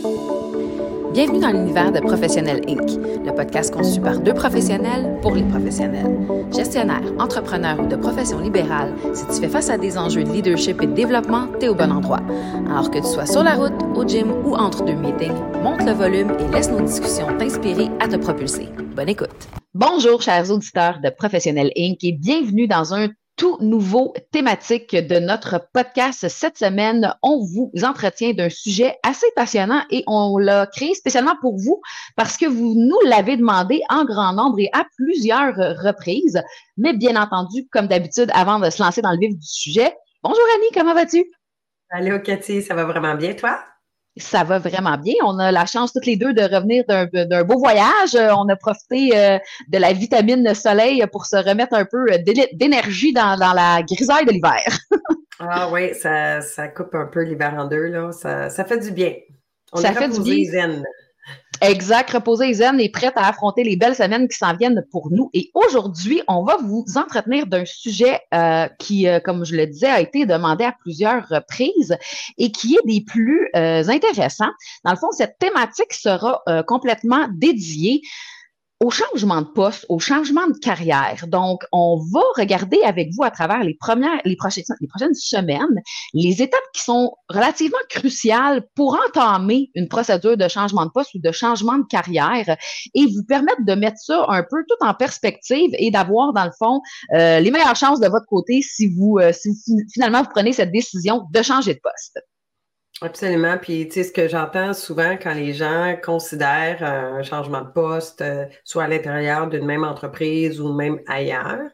Bienvenue dans l'univers de Professionnel Inc., le podcast conçu par deux professionnels pour les professionnels. Gestionnaire, entrepreneur ou de profession libérale, si tu fais face à des enjeux de leadership et de développement, t'es au bon endroit. Alors que tu sois sur la route, au gym ou entre deux meetings, monte le volume et laisse nos discussions t'inspirer à te propulser. Bonne écoute! Bonjour, chers auditeurs de Professionnel Inc. et bienvenue dans un tout nouveau thématique de notre podcast. Cette semaine, on vous entretient d'un sujet assez passionnant et on l'a créé spécialement pour vous parce que vous nous l'avez demandé en grand nombre et à plusieurs reprises. Mais bien entendu, comme d'habitude, avant de se lancer dans le vif du sujet, bonjour Annie, comment vas-tu? Allô Cathy, ça va vraiment bien, toi? Ça va vraiment bien. On a la chance toutes les deux de revenir d'un beau voyage. On a profité de la vitamine soleil pour se remettre un peu d'énergie dans la grisaille de l'hiver. Ah oui, ça coupe un peu l'hiver en deux, là. Ça fait du bien. On Ça est fait du bien. reposé zen. Exact, reposée et zen et prête à affronter les belles semaines qui s'en viennent pour nous. Et aujourd'hui, on va vous entretenir d'un sujet qui, comme je le disais, a été demandé à plusieurs reprises et qui est des plus intéressants. Dans le fond, cette thématique sera complètement dédiée au changement de poste, au changement de carrière. Donc, on va regarder avec vous à travers les prochaines semaines les étapes qui sont relativement cruciales pour entamer une procédure de changement de poste ou de changement de carrière et vous permettre de mettre ça un peu tout en perspective et d'avoir, dans le fond, les meilleures chances de votre côté si vous finalement vous prenez cette décision de changer de poste. Absolument. Puis, tu sais, ce que j'entends souvent quand les gens considèrent un changement de poste, soit à l'intérieur d'une même entreprise ou même ailleurs,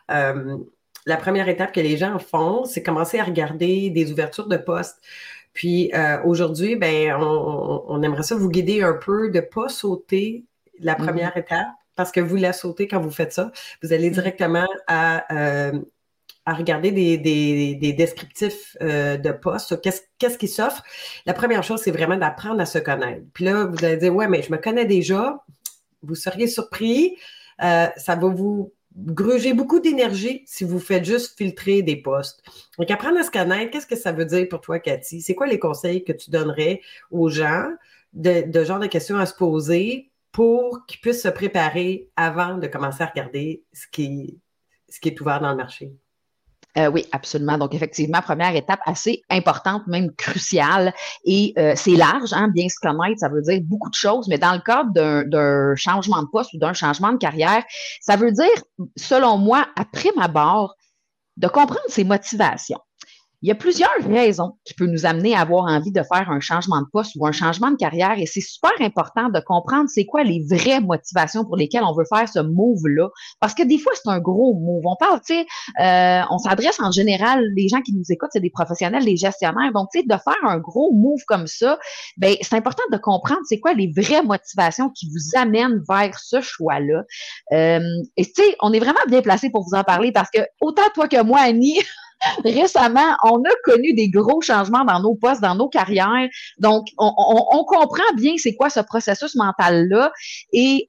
la première étape que les gens font, c'est commencer à regarder des ouvertures de postes. Puis, aujourd'hui, ben, on aimerait ça vous guider un peu de ne pas sauter la première étape, parce que vous la sautez quand vous faites ça. Vous allez directement à regarder des descriptifs de postes. Qu'est-ce qui s'offre? La première chose, c'est vraiment d'apprendre à se connaître. Puis là, vous allez dire, ouais, mais je me connais déjà. Vous seriez surpris. Ça va vous gruger beaucoup d'énergie si vous faites juste filtrer des postes. Donc, apprendre à se connaître, qu'est-ce que ça veut dire pour toi, Cathy? C'est quoi les conseils que tu donnerais aux gens de genre de questions à se poser pour qu'ils puissent se préparer avant de commencer à regarder ce qui est ouvert dans le marché? Oui, absolument. Donc, effectivement, première étape assez importante, même cruciale. Et c'est large, hein, bien se connaître, ça veut dire beaucoup de choses, mais dans le cadre d'un changement de poste ou d'un changement de carrière, ça veut dire, selon moi, après ma barre, de comprendre ses motivations. Il y a plusieurs raisons qui peuvent nous amener à avoir envie de faire un changement de poste ou un changement de carrière et c'est super important de comprendre c'est quoi les vraies motivations pour lesquelles on veut faire ce move-là parce que des fois, c'est un gros move. On parle, tu sais, on s'adresse en général, les gens qui nous écoutent, c'est des professionnels, des gestionnaires. Donc, tu sais, de faire un gros move comme ça, ben c'est important de comprendre c'est quoi les vraies motivations qui vous amènent vers ce choix-là. Et tu sais, on est vraiment bien placé pour vous en parler parce que autant toi que moi, Annie, récemment, on a connu des gros changements dans nos postes, dans nos carrières. Donc, on comprend bien c'est quoi ce processus mental-là et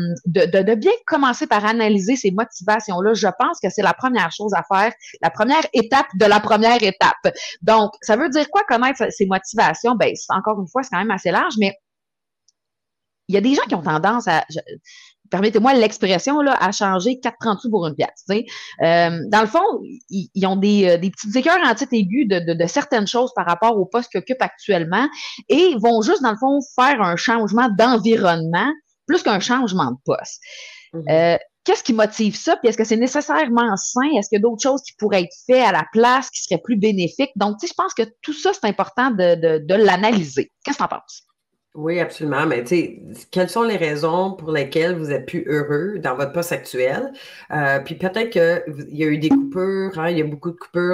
de bien commencer par analyser ces motivations-là. Je pense que c'est la première chose à faire, la première étape de la première étape. Donc, ça veut dire quoi connaître ces motivations? Ben, encore une fois, c'est quand même assez large, mais il y a des gens qui ont tendance à, permettez-moi l'expression, là, à changer 4,30 sous pour une pièce. Dans le fond, ils ont des petites écœurs en titre aigu de certaines choses par rapport au poste qu'ils occupent actuellement et vont juste, dans le fond, faire un changement d'environnement plus qu'un changement de poste. Qu'est-ce qui motive ça? Puis est-ce que c'est nécessairement sain? Est-ce qu'il y a d'autres choses qui pourraient être faites à la place qui seraient plus bénéfiques? Donc, tu sais, je pense que tout ça, c'est important de l'analyser. Qu'est-ce que tu en penses? Oui, absolument. Mais tu sais, quelles sont les raisons pour lesquelles vous êtes plus heureux dans votre poste actuel? Puis peut-être qu'il y a eu des coupures, hein, il y a beaucoup de coupures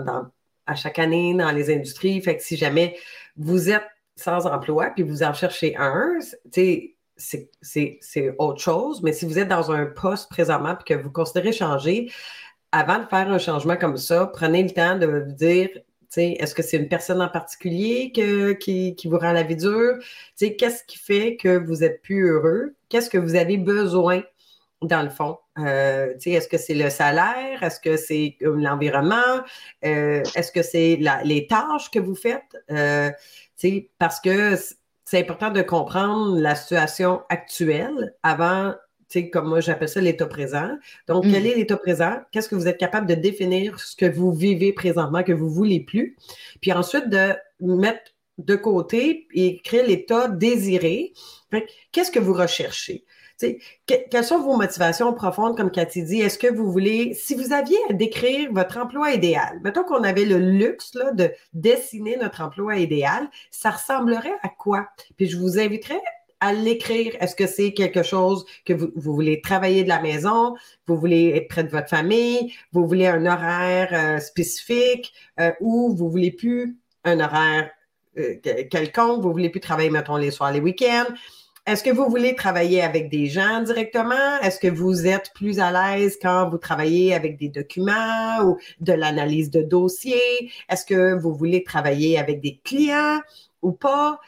à chaque année dans les industries. Fait que si jamais vous êtes sans emploi puis vous en cherchez un, tu sais, c'est autre chose. Mais si vous êtes dans un poste présentement puis que vous considérez changer, avant de faire un changement comme ça, prenez le temps de vous dire, est-ce que c'est une personne en particulier qui vous rend la vie dure? Qu'est-ce qui fait que vous êtes plus heureux? Qu'est-ce que vous avez besoin dans le fond? Est-ce que c'est le salaire? Est-ce que c'est l'environnement? Est-ce que c'est les tâches que vous faites? Parce que c'est important de comprendre la situation actuelle avant, tu sais, comme moi j'appelle ça l'état présent. Donc, quel est l'état présent? Qu'est-ce que vous êtes capable de définir ce que vous vivez présentement, que vous voulez plus? Puis ensuite, de mettre de côté et créer l'état désiré. Qu'est-ce que vous recherchez? Quelles sont vos motivations profondes, comme Cathy dit? Est-ce que vous voulez, si vous aviez à décrire votre emploi idéal, mettons qu'on avait le luxe là, de dessiner notre emploi idéal, ça ressemblerait à quoi? Puis je vous inviterais à l'écrire. Est-ce que c'est quelque chose que vous voulez travailler de la maison, vous voulez être près de votre famille, vous voulez un horaire spécifique ou vous voulez plus un horaire quelconque, vous voulez plus travailler, mettons, les soirs, les week-ends? Est-ce que vous voulez travailler avec des gens directement? Est-ce que vous êtes plus à l'aise quand vous travaillez avec des documents ou de l'analyse de dossiers? Est-ce que vous voulez travailler avec des clients ou pas?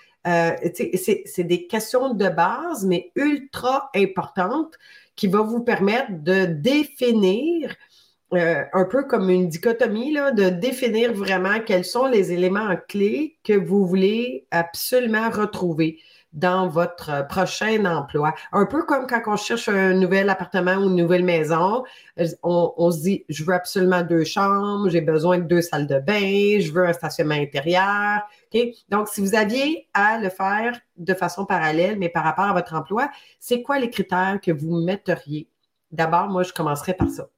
C'est des questions de base, mais ultra importantes qui vont vous permettre de définir un peu comme une dichotomie, là, de définir vraiment quels sont les éléments clés que vous voulez absolument retrouver dans votre prochain emploi. Un peu comme quand on cherche un nouvel appartement ou une nouvelle maison, on se dit, je veux absolument 2 chambres, j'ai besoin de 2 salles de bain, je veux un stationnement intérieur. Okay? Donc, si vous aviez à le faire de façon parallèle, mais par rapport à votre emploi, c'est quoi les critères que vous metteriez? D'abord, moi, je commencerai par ça.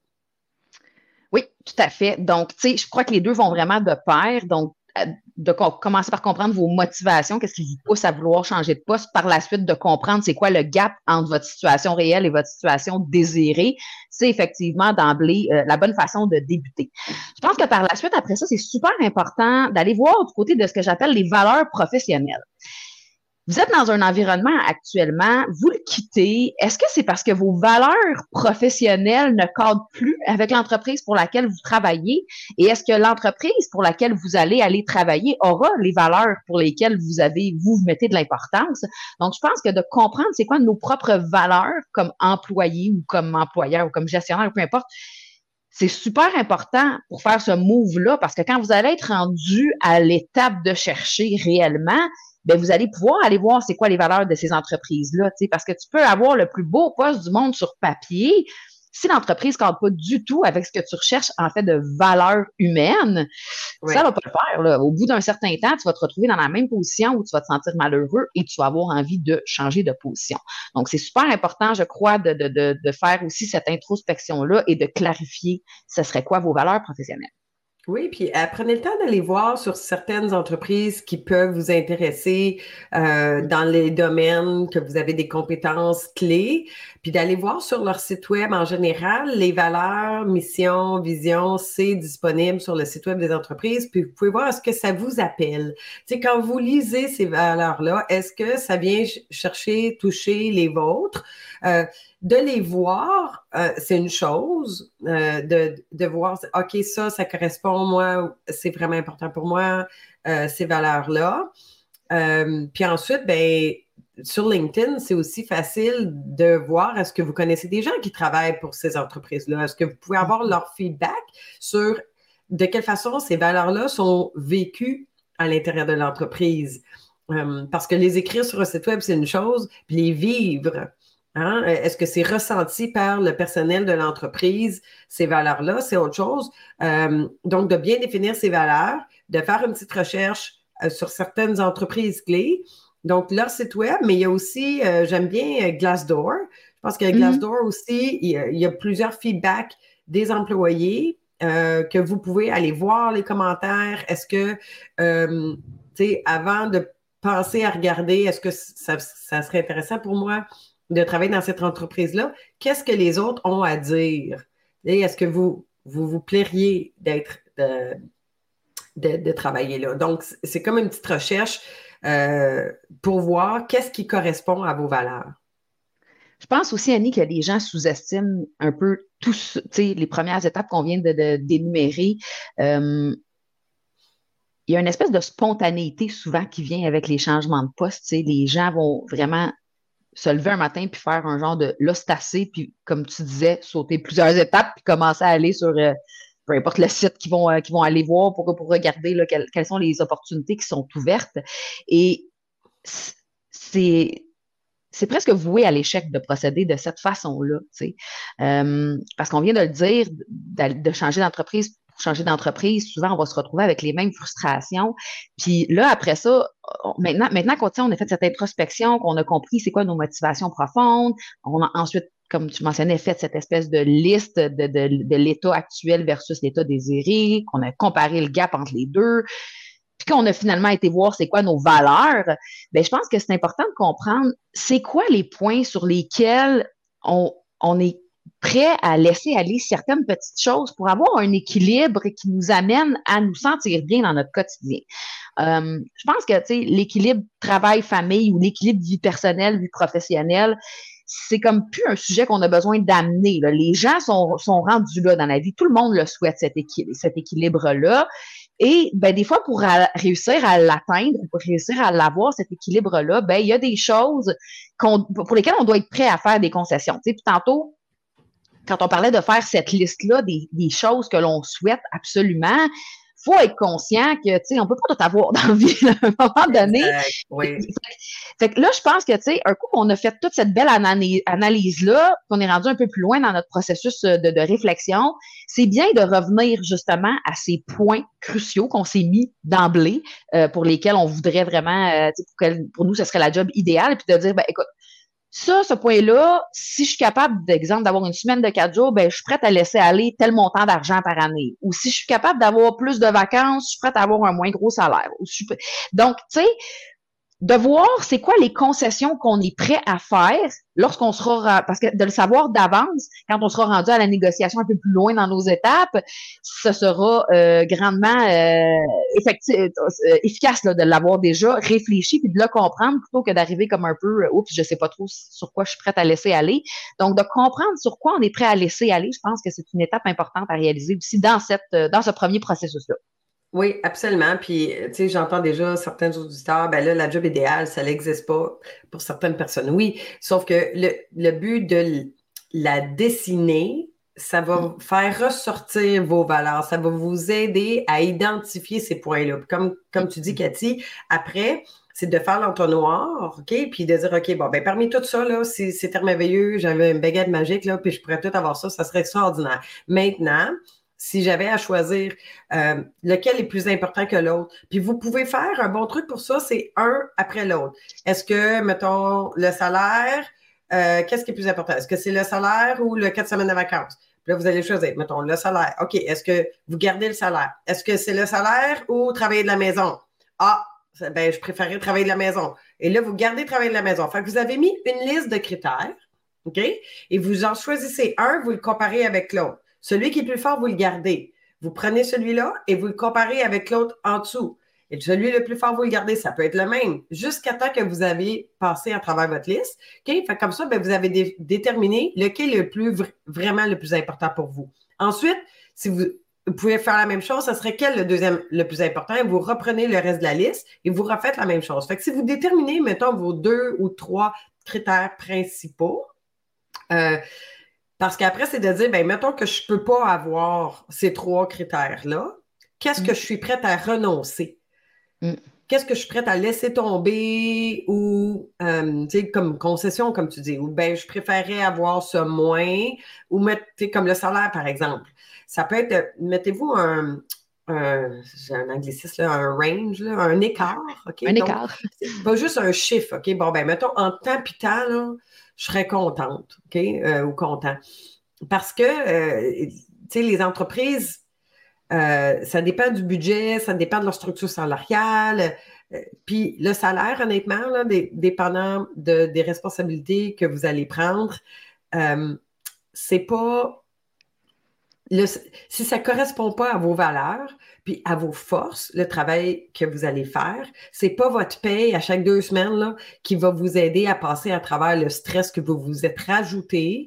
Oui, tout à fait. Donc, tu sais, je crois que les deux vont vraiment de pair. Donc, de commencer par comprendre vos motivations, qu'est-ce qui vous pousse à vouloir changer de poste, par la suite de comprendre c'est quoi le gap entre votre situation réelle et votre situation désirée, c'est effectivement d'emblée la bonne façon de débuter. Je pense que par la suite, après ça, c'est super important d'aller voir du côté de ce que j'appelle les valeurs professionnelles. Vous êtes dans un environnement actuellement, vous le quittez. Est-ce que c'est parce que vos valeurs professionnelles ne cadrent plus avec l'entreprise pour laquelle vous travaillez? Et est-ce que l'entreprise pour laquelle vous allez aller travailler aura les valeurs pour lesquelles vous mettez de l'importance? Donc, je pense que de comprendre c'est quoi nos propres valeurs comme employés ou comme employeur ou comme gestionnaire, peu importe, c'est super important pour faire ce move-là parce que quand vous allez être rendu à l'étape de chercher réellement, ben vous allez pouvoir aller voir c'est quoi les valeurs de ces entreprises-là, tu sais, parce que tu peux avoir le plus beau poste du monde sur papier. Si l'entreprise ne cadre pas du tout avec ce que tu recherches en fait de valeurs humaines, ça ne va pas le faire. Là. Au bout d'un certain temps, tu vas te retrouver dans la même position où tu vas te sentir malheureux et tu vas avoir envie de changer de position. Donc, c'est super important, je crois, de faire aussi cette introspection-là et de clarifier ce serait quoi vos valeurs professionnelles. Oui, puis prenez le temps d'aller voir sur certaines entreprises qui peuvent vous intéresser dans les domaines que vous avez des compétences clés, puis d'aller voir sur leur site web en général les valeurs, mission, vision, c'est disponible sur le site web des entreprises, puis vous pouvez voir est-ce que ça vous appelle. Tu sais, quand vous lisez ces valeurs-là, est-ce que ça vient chercher, toucher les vôtres? De les voir, c'est une chose, de voir, OK, ça correspond, moi, c'est vraiment important pour moi, ces valeurs-là. Puis ensuite, ben, sur LinkedIn, c'est aussi facile de voir est-ce que vous connaissez des gens qui travaillent pour ces entreprises-là? Est-ce que vous pouvez avoir leur feedback sur de quelle façon ces valeurs-là sont vécues à l'intérieur de l'entreprise? Parce que les écrire sur un site web, c'est une chose, puis les vivre. Hein? Est-ce que c'est ressenti par le personnel de l'entreprise, ces valeurs-là? C'est autre chose. Donc, de bien définir ces valeurs, de faire une petite recherche sur certaines entreprises clés. Donc, leur site web, mais il y a aussi, j'aime bien Glassdoor. Je pense que Glassdoor aussi, il y a plusieurs feedbacks des employés que vous pouvez aller voir les commentaires. Est-ce que, tu sais, avant de penser à regarder, est-ce que ça serait intéressant pour moi de travailler dans cette entreprise-là, qu'est-ce que les autres ont à dire? Et est-ce que vous plairiez de travailler là? Donc, c'est comme une petite recherche pour voir qu'est-ce qui correspond à vos valeurs. Je pense aussi, Annie, que les gens sous-estiment un peu tous, les premières étapes qu'on vient d'énumérer. Il y a une espèce de spontanéité souvent qui vient avec les changements de poste. Les gens vont vraiment se lever un matin puis faire un genre de l'ostacé, puis comme tu disais, sauter plusieurs étapes puis commencer à aller sur peu importe le site qu'ils vont aller voir pour regarder là, quelles sont les opportunités qui sont ouvertes. Et c'est presque voué à l'échec de procéder de cette façon-là, tu sais. Parce qu'on vient de le dire, de changer d'entreprise pour changer d'entreprise, souvent on va se retrouver avec les mêmes frustrations. Puis là, après ça, maintenant qu'on a fait cette introspection, qu'on a compris c'est quoi nos motivations profondes, on a ensuite, comme tu mentionnais, fait cette espèce de liste de l'état actuel versus l'état désiré, qu'on a comparé le gap entre les deux, puis qu'on a finalement été voir c'est quoi nos valeurs, ben je pense que c'est important de comprendre c'est quoi les points sur lesquels on est prêt à laisser aller certaines petites choses pour avoir un équilibre qui nous amène à nous sentir bien dans notre quotidien. Je pense que l'équilibre travail-famille ou l'équilibre vie personnelle, vie professionnelle, c'est comme plus un sujet qu'on a besoin d'amener. Là. Les gens sont rendus là dans la vie. Tout le monde le souhaite, cet équilibre-là. Et ben, des fois, pour réussir à l'atteindre, pour réussir à l'avoir, cet équilibre-là, ben, il y a des choses pour lesquelles on doit être prêt à faire des concessions. Puis tantôt, quand on parlait de faire cette liste-là des choses que l'on souhaite absolument, faut être conscient que, tu sais, on peut pas tout avoir dans la vie à un moment donné. Exact, oui. Fait que là, je pense que, tu sais, un coup qu'on a fait toute cette belle analyse-là, qu'on est rendu un peu plus loin dans notre processus de réflexion, c'est bien de revenir justement à ces points cruciaux qu'on s'est mis d'emblée, pour lesquels on voudrait vraiment, pour nous, ce serait la job idéale, puis de dire, ben, écoute, ça, ce point-là, si je suis capable, d'exemple, d'avoir une semaine de 4 jours, ben, je suis prête à laisser aller tel montant d'argent par année. Ou si je suis capable d'avoir plus de vacances, je suis prête à avoir un moins gros salaire. Donc, tu sais, de voir c'est quoi les concessions qu'on est prêt à faire lorsqu'on sera, parce que de le savoir d'avance, quand on sera rendu à la négociation un peu plus loin dans nos étapes, ce sera grandement efficace là, de l'avoir déjà réfléchi puis de le comprendre plutôt que d'arriver comme un peu, oups, je sais pas trop sur quoi je suis prête à laisser aller. Donc, de comprendre sur quoi on est prêt à laisser aller, je pense que c'est une étape importante à réaliser aussi dans ce premier processus-là. Oui, absolument. Puis, tu sais, j'entends déjà certains auditeurs, ben là, la job idéale, ça n'existe pas pour certaines personnes. Oui, sauf que le but de la dessiner, ça va faire ressortir vos valeurs, ça va vous aider à identifier ces points-là. Comme tu dis, Cathy, après, c'est de faire l'entonnoir, OK? Puis de dire, OK, bon, ben parmi tout ça, là, c'est merveilleux, j'avais une baguette magique, là, puis je pourrais tout avoir ça, ça serait extraordinaire. Maintenant, si j'avais à choisir lequel est plus important que l'autre. Puis vous pouvez faire un bon truc pour ça, c'est un après l'autre. Est-ce que, mettons, le salaire, qu'est-ce qui est plus important? Est-ce que c'est le salaire ou le 4 semaines de vacances? Puis là, vous allez choisir, mettons, le salaire. OK, est-ce que vous gardez le salaire? Est-ce que c'est le salaire ou travailler de la maison? Ah, ben, je préférerais travailler de la maison. Et là, vous gardez travailler de la maison. Fait que vous avez mis une liste de critères, OK? Et vous en choisissez un, vous le comparez avec l'autre. Celui qui est plus fort, vous le gardez. Vous prenez celui-là et vous le comparez avec l'autre en dessous. Et celui le plus fort, vous le gardez. Ça peut être le même, jusqu'à temps que vous avez passé à travers votre liste. OK? Fait comme ça, ben, vous avez déterminé lequel est vraiment le plus important pour vous. Ensuite, si vous pouvez faire la même chose, ça serait quel le deuxième le plus important? Et vous reprenez le reste de la liste et vous refaites la même chose. Fait que si vous déterminez, mettons, vos 2 ou 3 critères principaux, parce qu'après, c'est de dire, ben, mettons que je ne peux pas avoir ces 3 critères-là. Qu'est-ce que je suis prête à renoncer? Qu'est-ce que je suis prête à laisser tomber ou, tu sais, comme concession, comme tu dis, ou ben, je préférerais avoir ce moins, ou mettre, tu sais, comme le salaire, par exemple. Ça peut être, mettez-vous j'ai un anglicisme, là, un range, là, un écart, OK? Un écart. Donc, c'est pas juste un chiffre, OK? Bon, ben, mettons, en temps pis temps, là, je serais contente, OK? Ou content. Parce que, tu sais, les entreprises, ça dépend du budget, ça dépend de leur structure salariale. Puis le salaire, honnêtement, là, dépendant des responsabilités que vous allez prendre, c'est pas... si ça ne correspond pas à vos valeurs, puis à vos forces, le travail que vous allez faire, c'est pas votre paye à chaque 2 semaines là, qui va vous aider à passer à travers le stress que vous vous êtes rajouté.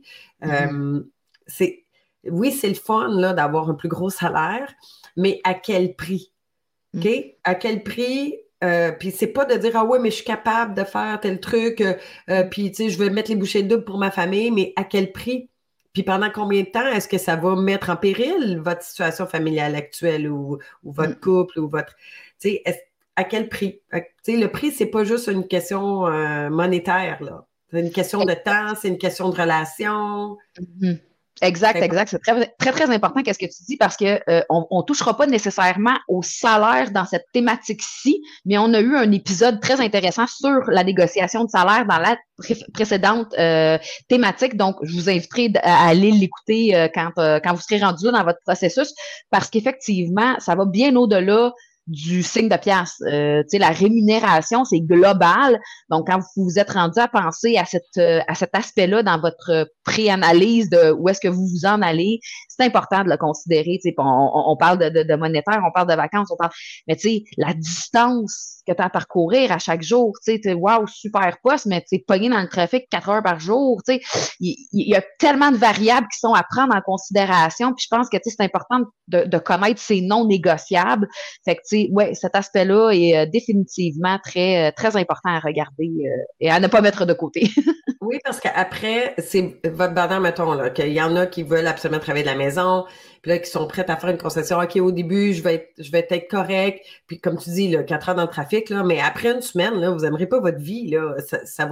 Oui, c'est le fun là, d'avoir un plus gros salaire, mais à quel prix? OK? À quel prix? Puis c'est pas de dire ah ouais, mais je suis capable de faire tel truc, puis tu sais, je vais mettre les bouchées doubles pour ma famille, mais à quel prix? Puis pendant combien de temps est-ce que ça va mettre en péril votre situation familiale actuelle ou votre couple ou votre. Tu sais, à quel prix? Le prix, c'est pas juste une question monétaire, là. C'est une question de temps, c'est une question de relation. Mm-hmm. Exact. C'est très, très, très important qu'est-ce que tu dis parce que on touchera pas nécessairement au salaire dans cette thématique-ci, mais on a eu un épisode très intéressant sur la négociation de salaire dans la précédente thématique. Donc, je vous inviterai à aller l'écouter quand vous serez rendu là dans votre processus parce qu'effectivement, ça va bien au-delà du signe de pièce. La rémunération, c'est global. Donc, quand vous vous êtes rendu à penser à cet aspect-là dans votre pré-analyse de où est-ce que vous vous en allez, c'est important de le considérer. On parle de monétaire, on parle de vacances, mais la distance que tu as à parcourir à chaque jour, wow, super poste, mais tu es pogné dans le trafic 4 heures par jour. Il y a tellement de variables qui sont à prendre en considération. Puis je pense que c'est important de connaître ces non négociables. Fait que cet aspect-là est définitivement très, très important à regarder et à ne pas mettre de côté. Oui, parce qu'après, c'est votre bandant, mettons, là, qu'il y en a qui veulent absolument travailler de la maison, puis là, qui sont prêtes à faire une concession. OK, au début, je vais être correct, puis comme tu dis, là, 4 heures dans le trafic, là, mais après une semaine, là, vous n'aimerez pas votre vie, là. Ça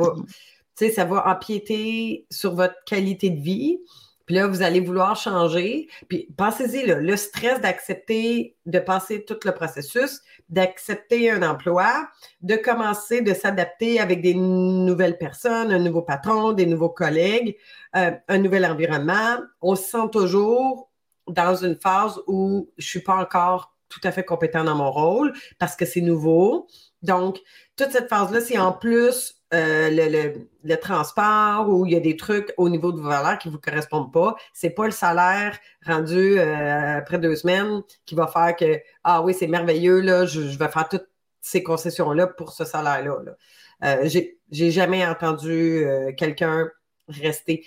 va empiéter sur votre qualité de vie. Puis là, vous allez vouloir changer. Puis pensez-y, là, le stress d'accepter de passer tout le processus, d'accepter un emploi, de commencer de s'adapter avec des nouvelles personnes, un nouveau patron, des nouveaux collègues, un nouvel environnement. On se sent toujours dans une phase où je ne suis pas encore tout à fait compétent dans mon rôle parce que c'est nouveau. Donc, toute cette phase-là, c'est en plus le transport où il y a des trucs au niveau de vos valeurs qui ne vous correspondent pas. C'est pas le salaire rendu après 2 semaines qui va faire que ah oui, c'est merveilleux, là, je vais faire toutes ces concessions-là pour ce salaire-là. Là. J'ai jamais entendu quelqu'un rester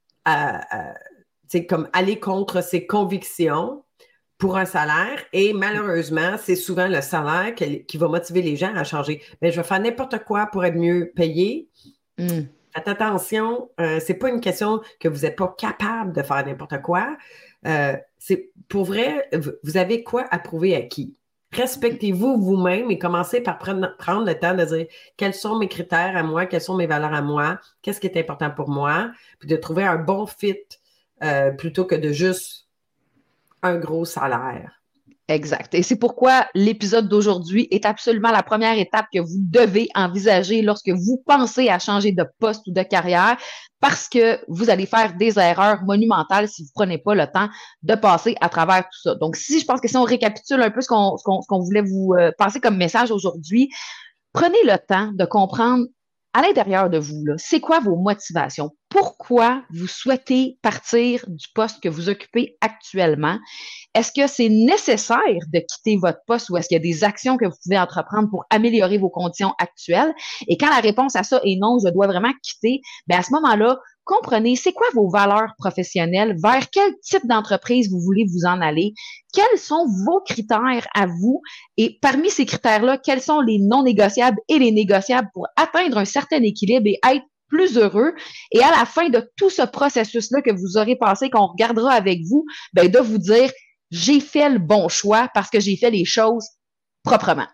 comme aller contre ses convictions pour un salaire et malheureusement, c'est souvent le salaire qui va motiver les gens à changer. Mais je vais faire n'importe quoi pour être mieux payé. Faites attention, c'est pas une question que vous n'êtes pas capable de faire n'importe quoi. C'est pour vrai, vous avez quoi à prouver à qui? Respectez-vous vous-même et commencez par prendre le temps de dire quels sont mes critères à moi, quelles sont mes valeurs à moi, qu'est-ce qui est important pour moi, puis de trouver un bon fit plutôt que de juste un gros salaire. Exact. Et c'est pourquoi l'épisode d'aujourd'hui est absolument la première étape que vous devez envisager lorsque vous pensez à changer de poste ou de carrière, parce que vous allez faire des erreurs monumentales si vous ne prenez pas le temps de passer à travers tout ça. Donc, je pense que si on récapitule un peu ce qu'on voulait vous passer comme message aujourd'hui, prenez le temps de comprendre à l'intérieur de vous, c'est quoi vos motivations? Pourquoi vous souhaitez partir du poste que vous occupez actuellement? Est-ce que c'est nécessaire de quitter votre poste ou est-ce qu'il y a des actions que vous pouvez entreprendre pour améliorer vos conditions actuelles? Et quand la réponse à ça est non, je dois vraiment quitter, bien à ce moment-là, comprenez c'est quoi vos valeurs professionnelles, vers quel type d'entreprise vous voulez vous en aller, quels sont vos critères à vous et parmi ces critères-là, quels sont les non négociables et les négociables pour atteindre un certain équilibre et être plus heureux. Et à la fin de tout ce processus-là que vous aurez passé, qu'on regardera avec vous, bien, de vous dire, j'ai fait le bon choix parce que j'ai fait les choses proprement.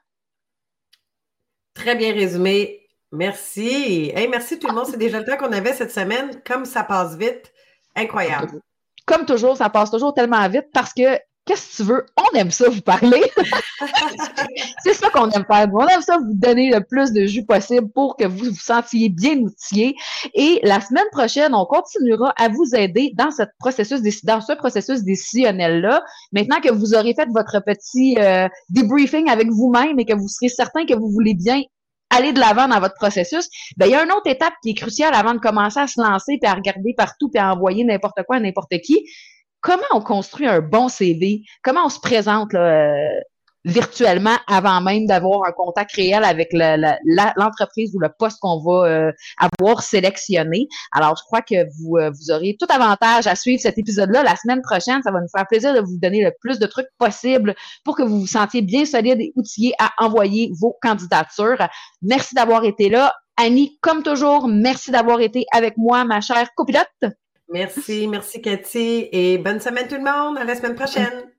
Très bien résumé. Merci. Hey, merci tout le monde. C'est déjà le temps qu'on avait cette semaine. Comme ça passe vite. Incroyable. Comme toujours, ça passe toujours tellement vite parce que qu'est-ce que tu veux? On aime ça vous parler. C'est ça qu'on aime faire. On aime ça vous donner le plus de jus possible pour que vous vous sentiez bien outillés. Et la semaine prochaine, on continuera à vous aider dans ce processus décisionnel-là. Maintenant que vous aurez fait votre petit debriefing avec vous-même et que vous serez certain que vous voulez bien aller de l'avant dans votre processus, ben il y a une autre étape qui est cruciale avant de commencer à se lancer puis à regarder partout puis à envoyer n'importe quoi à n'importe qui. Comment on construit un bon CV? Comment on se présente là, virtuellement avant même d'avoir un contact réel avec l'entreprise ou le poste qu'on va avoir sélectionné? Alors, je crois que vous aurez tout avantage à suivre cet épisode-là. La semaine prochaine, ça va nous faire plaisir de vous donner le plus de trucs possible pour que vous vous sentiez bien solide et outillé à envoyer vos candidatures. Merci d'avoir été là. Annie, comme toujours, merci d'avoir été avec moi, ma chère copilote. Merci Cathy et bonne semaine tout le monde. À la semaine prochaine.